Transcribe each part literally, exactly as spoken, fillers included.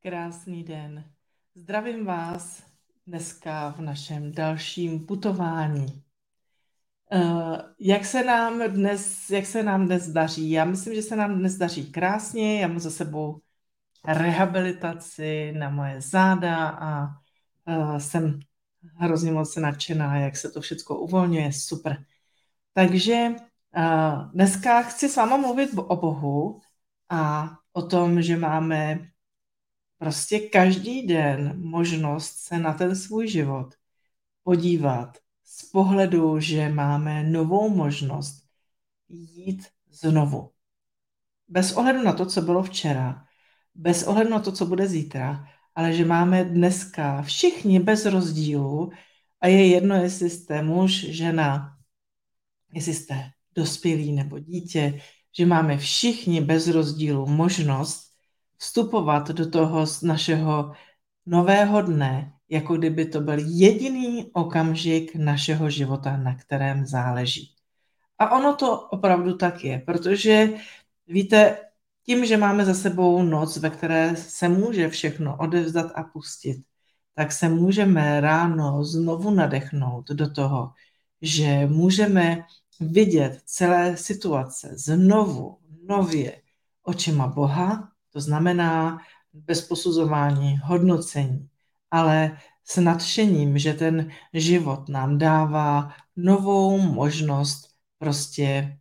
Krásný den. Zdravím vás dneska v našem dalším putování. Uh, jak se nám dnes, jak se nám dnes daří? Já myslím, že se nám dnes daří krásně. Já mám za sebou rehabilitaci na moje záda a uh, jsem hrozně moc nadšená, jak se to všechno uvolňuje. Super. Takže uh, dneska chci s váma mluvit o Bohu a o tom, že máme prostě každý den možnost se na ten svůj život podívat z pohledu, že máme novou možnost jít znovu. Bez ohledu na to, co bylo včera, bez ohledu na to, co bude zítra, ale že máme dneska všichni bez rozdílu a je jedno, jestli jste muž, žena, jestli jste dospělý nebo dítě, že máme všichni bez rozdílu možnost vstupovat do toho našeho nového dne, jako kdyby to byl jediný okamžik našeho života, na kterém záleží. A ono to opravdu tak je, protože víte, tím, že máme za sebou noc, ve které se může všechno odevzdat a pustit, tak se můžeme ráno znovu nadechnout do toho, že můžeme vidět celé situace znovu, nově očima Boha, to znamená bez posuzování, hodnocení, ale s nadšením, že ten život nám dává novou možnost prostě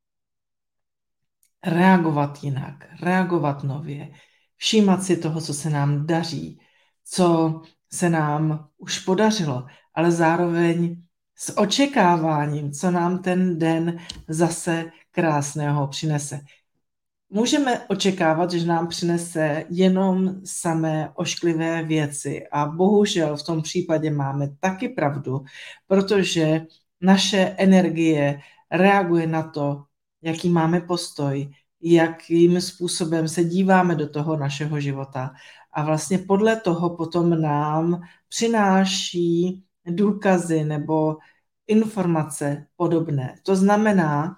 reagovat jinak, reagovat nově, všímat si toho, co se nám daří, co se nám už podařilo, ale zároveň s očekáváním, co nám ten den zase krásného přinese. Můžeme očekávat, že nám přinese jenom samé ošklivé věci a bohužel v tom případě máme taky pravdu, protože naše energie reaguje na to, jaký máme postoj, jakým způsobem se díváme do toho našeho života a vlastně podle toho potom nám přináší důkazy nebo informace podobné. To znamená,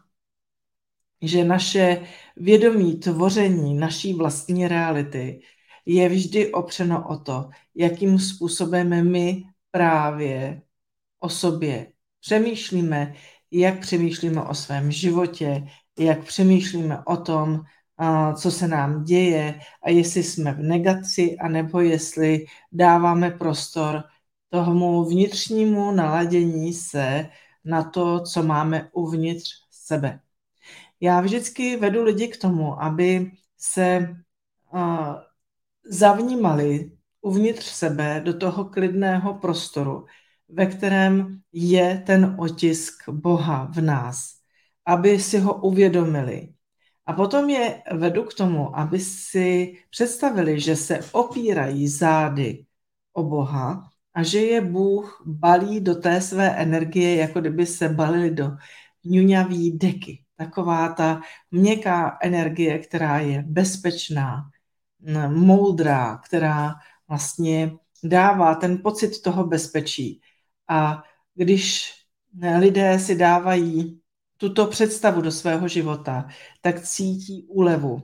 že naše vědomí tvoření naší vlastní reality je vždy opřeno o to, jakým způsobem my právě o sobě přemýšlíme, jak přemýšlíme o svém životě, jak přemýšlíme o tom, co se nám děje a jestli jsme v negaci, anebo jestli dáváme prostor tomu vnitřnímu naladění se na to, co máme uvnitř sebe. Já vždycky vedu lidi k tomu, aby se uh, zavnímali uvnitř sebe do toho klidného prostoru, ve kterém je ten otisk Boha v nás, aby si ho uvědomili. A potom je vedu k tomu, aby si představili, že se opírají zády o Boha a že je Bůh balí do té své energie, jako kdyby se balili do ňuňavý deky. Taková ta měkká energie, která je bezpečná, moudrá, která vlastně dává ten pocit toho bezpečí. A když lidé si dávají tuto představu do svého života, tak cítí úlevu.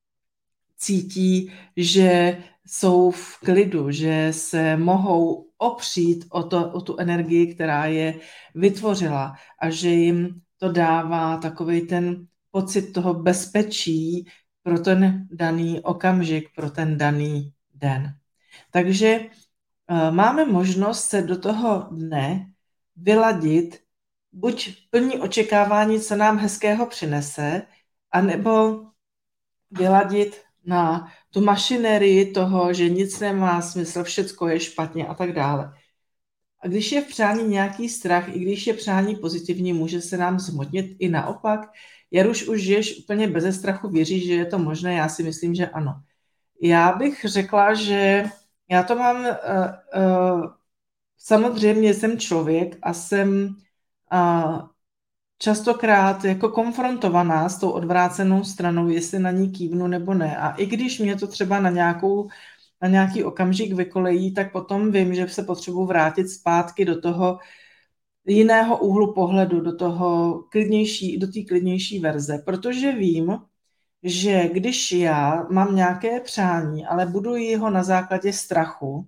Cítí, že jsou v klidu, že se mohou opřít o, to, o tu energii, která je vytvořila a že jim to dává takový ten pocit toho bezpečí pro ten daný okamžik, pro ten daný den. Takže uh, máme možnost se do toho dne vyladit buď plní očekávání, co nám hezkého přinese, anebo vyladit na tu mašinerii toho, že nic nemá smysl, všecko je špatně a tak dále. A když je v přání nějaký strach, i když je přání pozitivní, může se nám zhmotnit i naopak. Jaruš, už žiješ úplně beze strachu, věříš, že je to možné? Já si myslím, že ano. Já bych řekla, že já to mám, uh, uh, samozřejmě jsem člověk a jsem uh, častokrát jako konfrontovaná s tou odvrácenou stranou, jestli na ní kývnu nebo ne. A i když mě to třeba na, nějakou, na nějaký okamžik vykolejí, tak potom vím, že se potřebuji vrátit zpátky do toho jiného úhlu pohledu, do toho klidnější, do té klidnější verze, protože vím, že když já mám nějaké přání, ale buduji ho na základě strachu,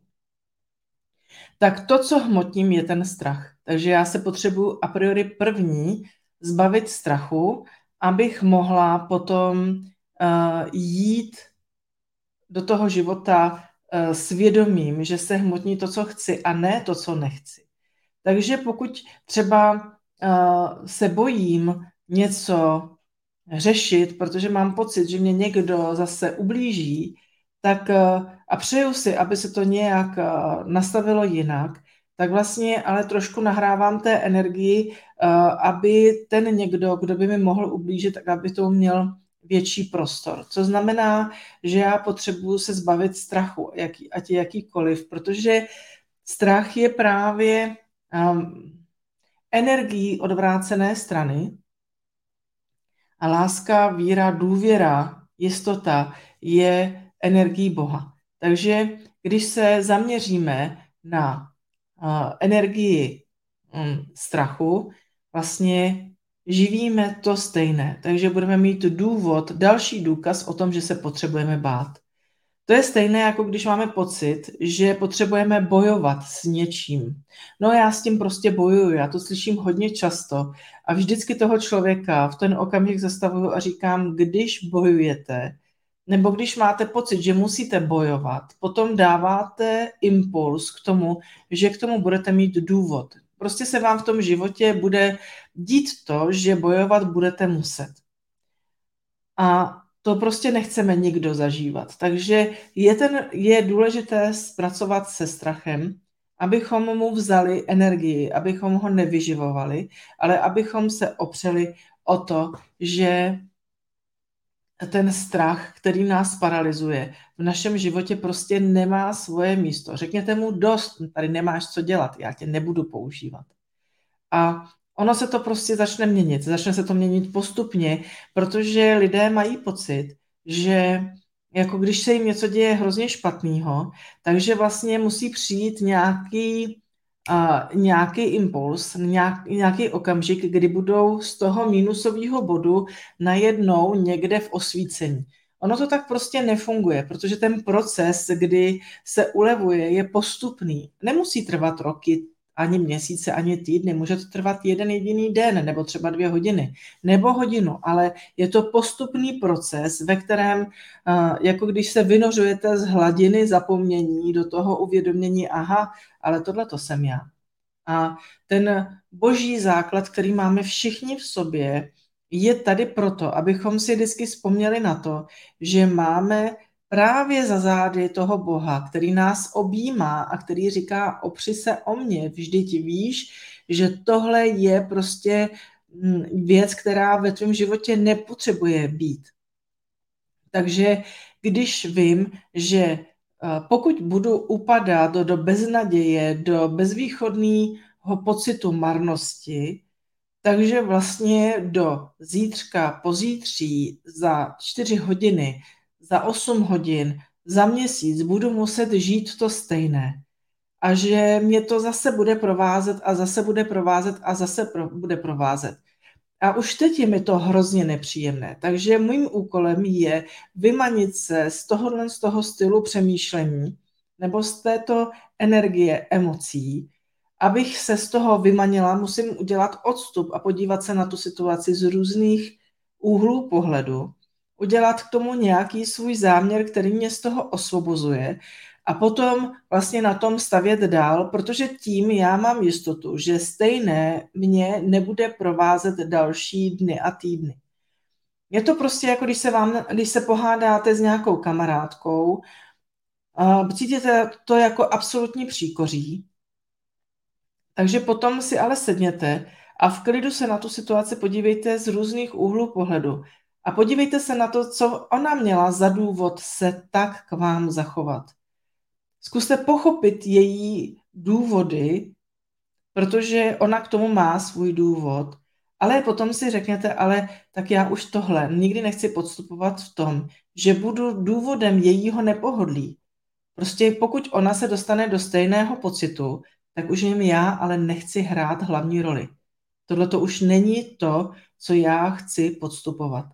tak to, co hmotním, je ten strach. Takže já se potřebuji a priori první zbavit strachu, abych mohla potom uh, jít do toho života uh, svědomím, že se hmotní to, co chci a ne to, co nechci. Takže pokud třeba uh, se bojím něco řešit, protože mám pocit, že mě někdo zase ublíží, tak uh, a přeju si, aby se to nějak uh, nastavilo jinak, tak vlastně ale trošku nahrávám té energii, uh, aby ten někdo, kdo by mi mohl ublížit, tak aby to měl větší prostor. Co znamená, že já potřebuju se zbavit strachu, jaký, ať je jakýkoliv, protože strach je právě um, energií odvrácené strany a láska, víra, důvěra, jistota je energií Boha. Takže když se zaměříme na uh, energii um, strachu, vlastně živíme to stejné. Takže budeme mít důvod, další důkaz o tom, že se potřebujeme bát. To je stejné, jako když máme pocit, že potřebujeme bojovat s něčím. No já s tím prostě bojuju, já to slyším hodně často a vždycky toho člověka v ten okamžik zastavuju a říkám, když bojujete, nebo když máte pocit, že musíte bojovat, potom dáváte impuls k tomu, že k tomu budete mít důvod. Prostě se vám v tom životě bude dít to, že bojovat budete muset. A to prostě nechceme nikdo zažívat. Takže je, ten, je důležité pracovat se strachem, abychom mu vzali energii, abychom ho nevyživovali, ale abychom se opřeli o to, že ten strach, který nás paralyzuje, v našem životě prostě nemá svoje místo. Řekněte mu dost, tady nemáš co dělat, já tě nebudu používat. A ono se to prostě začne měnit, začne se to měnit postupně, protože lidé mají pocit, že jako když se jim něco děje hrozně špatného, takže vlastně musí přijít nějaký, uh, nějaký impuls, nějak, nějaký okamžik, kdy budou z toho mínusového bodu najednou někde v osvícení. Ono to tak prostě nefunguje, protože ten proces, kdy se ulevuje, je postupný. Nemusí trvat roky, ani měsíce, ani týdny. Může to trvat jeden jediný den, nebo třeba dvě hodiny, nebo hodinu, ale je to postupný proces, ve kterém, jako když se vynořujete z hladiny zapomnění do toho uvědomění, aha, ale tohle to jsem já. A ten boží základ, který máme všichni v sobě, je tady proto, abychom si vždycky vzpomněli na to, že máme právě za zády toho Boha, který nás objímá a který říká, opři se o mě, vždyť víš, že tohle je prostě věc, která ve tvém životě nepotřebuje být. Takže když vím, že pokud budu upadat do, do beznaděje, do bezvýchodného pocitu marnosti, takže vlastně do zítřka, pozítří, za čtyři hodiny, za osm hodin, za měsíc budu muset žít to stejné. A že mě to zase bude provázet a zase bude provázet a zase pro, bude provázet. A už teď je mi to hrozně nepříjemné. Takže mým úkolem je vymanit se z tohohle, z toho stylu přemýšlení nebo z této energie emocí. Abych se z toho vymanila, musím udělat odstup a podívat se na tu situaci z různých úhlů pohledu, udělat k tomu nějaký svůj záměr, který mě z toho osvobozuje a potom vlastně na tom stavět dál, protože tím já mám jistotu, že stejné mě nebude provázet další dny a týdny. Je to prostě jako když se, vám, když se pohádáte s nějakou kamarádkou, cítíte to jako absolutní příkoří, takže potom si ale sedněte a v klidu se na tu situaci podívejte z různých úhlů pohledu. A podívejte se na to, co ona měla za důvod se tak k vám zachovat. Zkuste pochopit její důvody, protože ona k tomu má svůj důvod, ale potom si řekněte, ale tak já už tohle nikdy nechci podstupovat v tom, že budu důvodem jejího nepohodlí. Prostě pokud ona se dostane do stejného pocitu, tak už jim já ale nechci hrát hlavní roli. Tohle to už není to, co já chci podstupovat.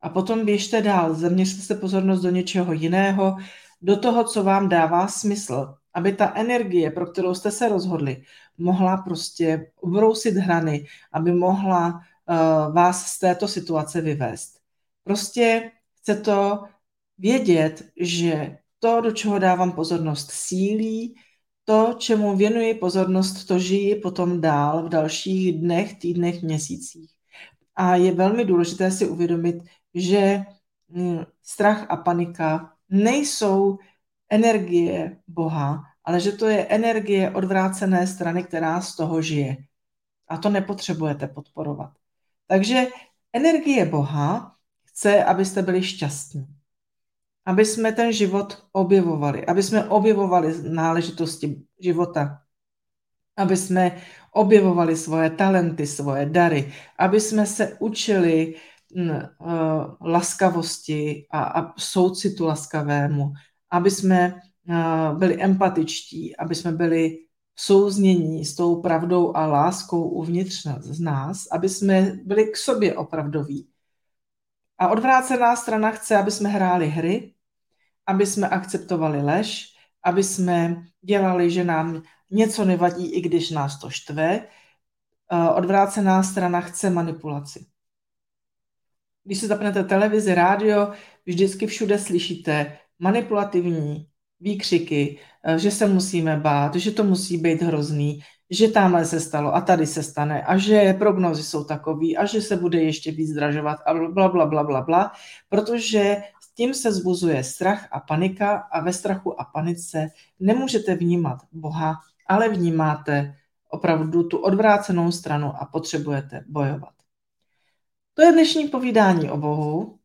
A potom běžte dál, zaměřte se pozornost do něčeho jiného, do toho, co vám dává smysl, aby ta energie, pro kterou jste se rozhodli, mohla prostě ubrousit hrany, aby mohla uh, vás z této situace vyvést. Prostě chce to vědět, že to, do čeho dávám pozornost, sílí, to, čemu věnuji pozornost, to žijí potom dál v dalších dnech, týdnech, měsících. A je velmi důležité si uvědomit, že strach a panika nejsou energie Boha, ale že to je energie odvrácené strany, která z toho žije. A to nepotřebujete podporovat. Takže energie Boha chce, abyste byli šťastní. Aby jsme ten život objevovali, aby jsme objevovali náležitosti života, aby jsme objevovali svoje talenty, svoje dary, aby jsme se učili uh, laskavosti a, a soucitu laskavému, aby jsme uh, byli empatičtí, aby jsme byli souznění s tou pravdou a láskou uvnitř z nás, aby jsme byli k sobě opravdoví. A odvrácená strana chce, aby jsme hráli hry, aby jsme akceptovali lež, aby jsme dělali, že nám něco nevadí, i když nás to štve. Odvrácená strana chce manipulaci. Když si zapnete televizi, rádio, vždycky všude slyšíte manipulativní výkřiky, že se musíme bát, že to musí být hrozný, že tamhle se stalo a tady se stane a že prognozy jsou takový a že se bude ještě víc zdražovat a bla, bla, bla, bla, bla, protože tím se zbuzuje strach a panika a ve strachu a panice nemůžete vnímat Boha, ale vnímáte opravdu tu odvrácenou stranu a potřebujete bojovat. To je dnešní povídání o Bohu.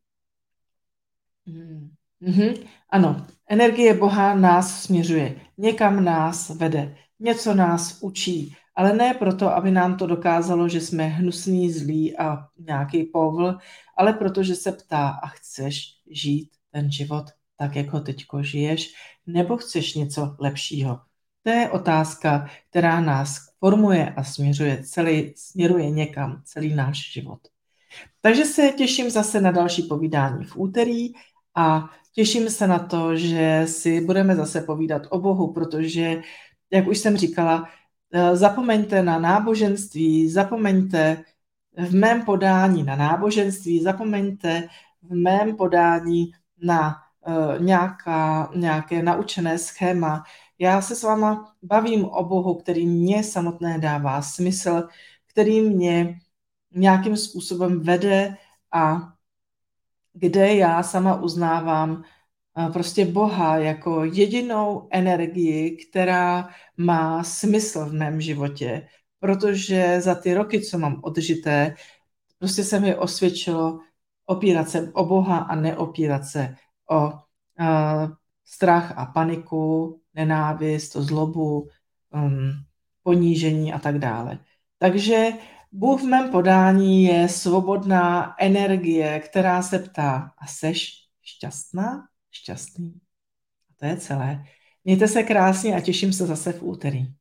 Mhm. Ano, energie Boha nás směřuje, někam nás vede, něco nás učí, ale ne proto, aby nám to dokázalo, že jsme hnusný, zlý a nějaký povl, ale protože se ptá, a chceš žít ten život tak, jak ho teďko žiješ, nebo chceš něco lepšího? To je otázka, která nás formuje a směřuje, celý, směruje někam celý náš život. Takže se těším zase na další povídání v úterý a těším se na to, že si budeme zase povídat o Bohu, protože, jak už jsem říkala, zapomeňte na náboženství, zapomeňte v mém podání na náboženství, zapomeňte v mém podání na uh, nějaká, nějaké naučené schéma. Já se s váma bavím o Bohu, který mě samotné dává smysl, který mě nějakým způsobem vede a kde já sama uznávám prostě Boha jako jedinou energii, která má smysl v mém životě, protože za ty roky, co mám odžité, prostě se mi osvědčilo opírat se o Boha a neopírat se o uh, strach a paniku, nenávist, o zlobu, um, ponížení a tak dále. Takže Bůh v mém podání je svobodná energie, která se ptá, a seš šťastná? Šťastný? A to je celé. Mějte se krásně a těším se zase v úterý.